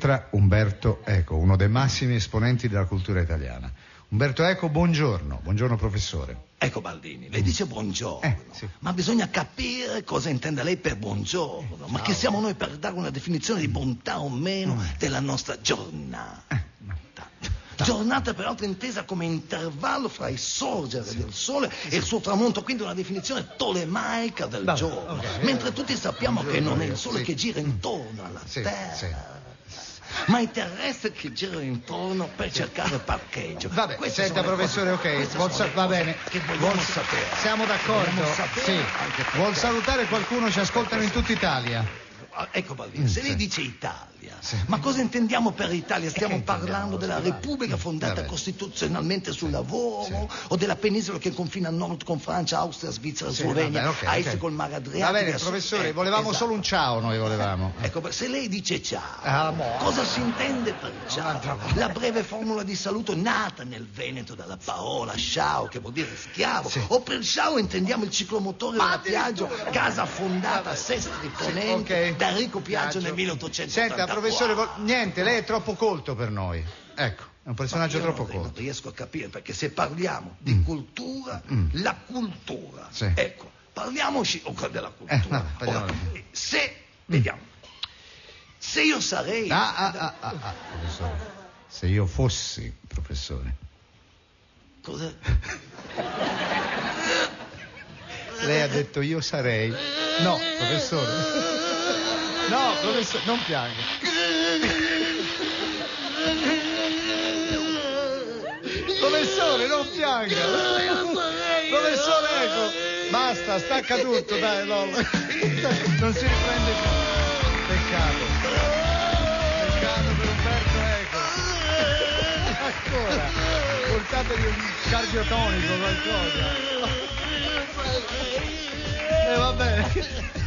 Entra Umberto Eco, uno dei massimi esponenti della cultura italiana. Umberto Eco, buongiorno professore. Ecco Baldini, lei dice buongiorno, sì. ma bisogna capire cosa intende lei per buongiorno, ma chi siamo noi per dare una definizione di bontà o meno della nostra giornata. Giornata peraltro intesa come intervallo fra il sorgere del sole e il suo tramonto, quindi una definizione tolemaica del giorno, mentre tutti sappiamo che non è il sole che gira intorno alla terra, ma i terrestri che girano intorno per cercare parcheggio. Vabbè, senta professore, va bene. Che vogliamo sapere. Siamo d'accordo? Vogliamo sapere Sì. anche perché. Vuol salutare qualcuno? Ci ascoltano in tutta Italia. Ecco Baldini, se lei dice Italia, ma cosa intendiamo per Italia? Stiamo parlando della Repubblica fondata costituzionalmente sul lavoro o della penisola che confina a nord con Francia, Austria, Svizzera, Slovenia, a est col mare Adriatico? Va bene, professore, volevamo solo un ciao, noi volevamo. Ecco, se lei dice ciao, cosa si intende per ciao? La breve formula di saluto nata nel Veneto dalla parola ciao, che vuol dire schiavo, o per ciao intendiamo il ciclomotore della Piaggio, casa fondata a Sestri Ponente da Enrico Piaggio nel 1884. Senta, professore, niente, lei è troppo colto per noi. Ecco, è un personaggio troppo colto. Non riesco a capire, perché se parliamo di cultura, la cultura, ecco, parliamoci della cultura. Ora, vediamo, se io sarei... professore, se io fossi professore. Cosa? Lei ha detto io sarei. No, professore. No, professore, non pianga. Professore, non pianga. Professore, ecco. Basta, stacca tutto, dai, no. Non si riprende più. Peccato. Peccato per Umberto Eco. Ancora. Portategli un cardiotonico, qualcosa. Vabbè.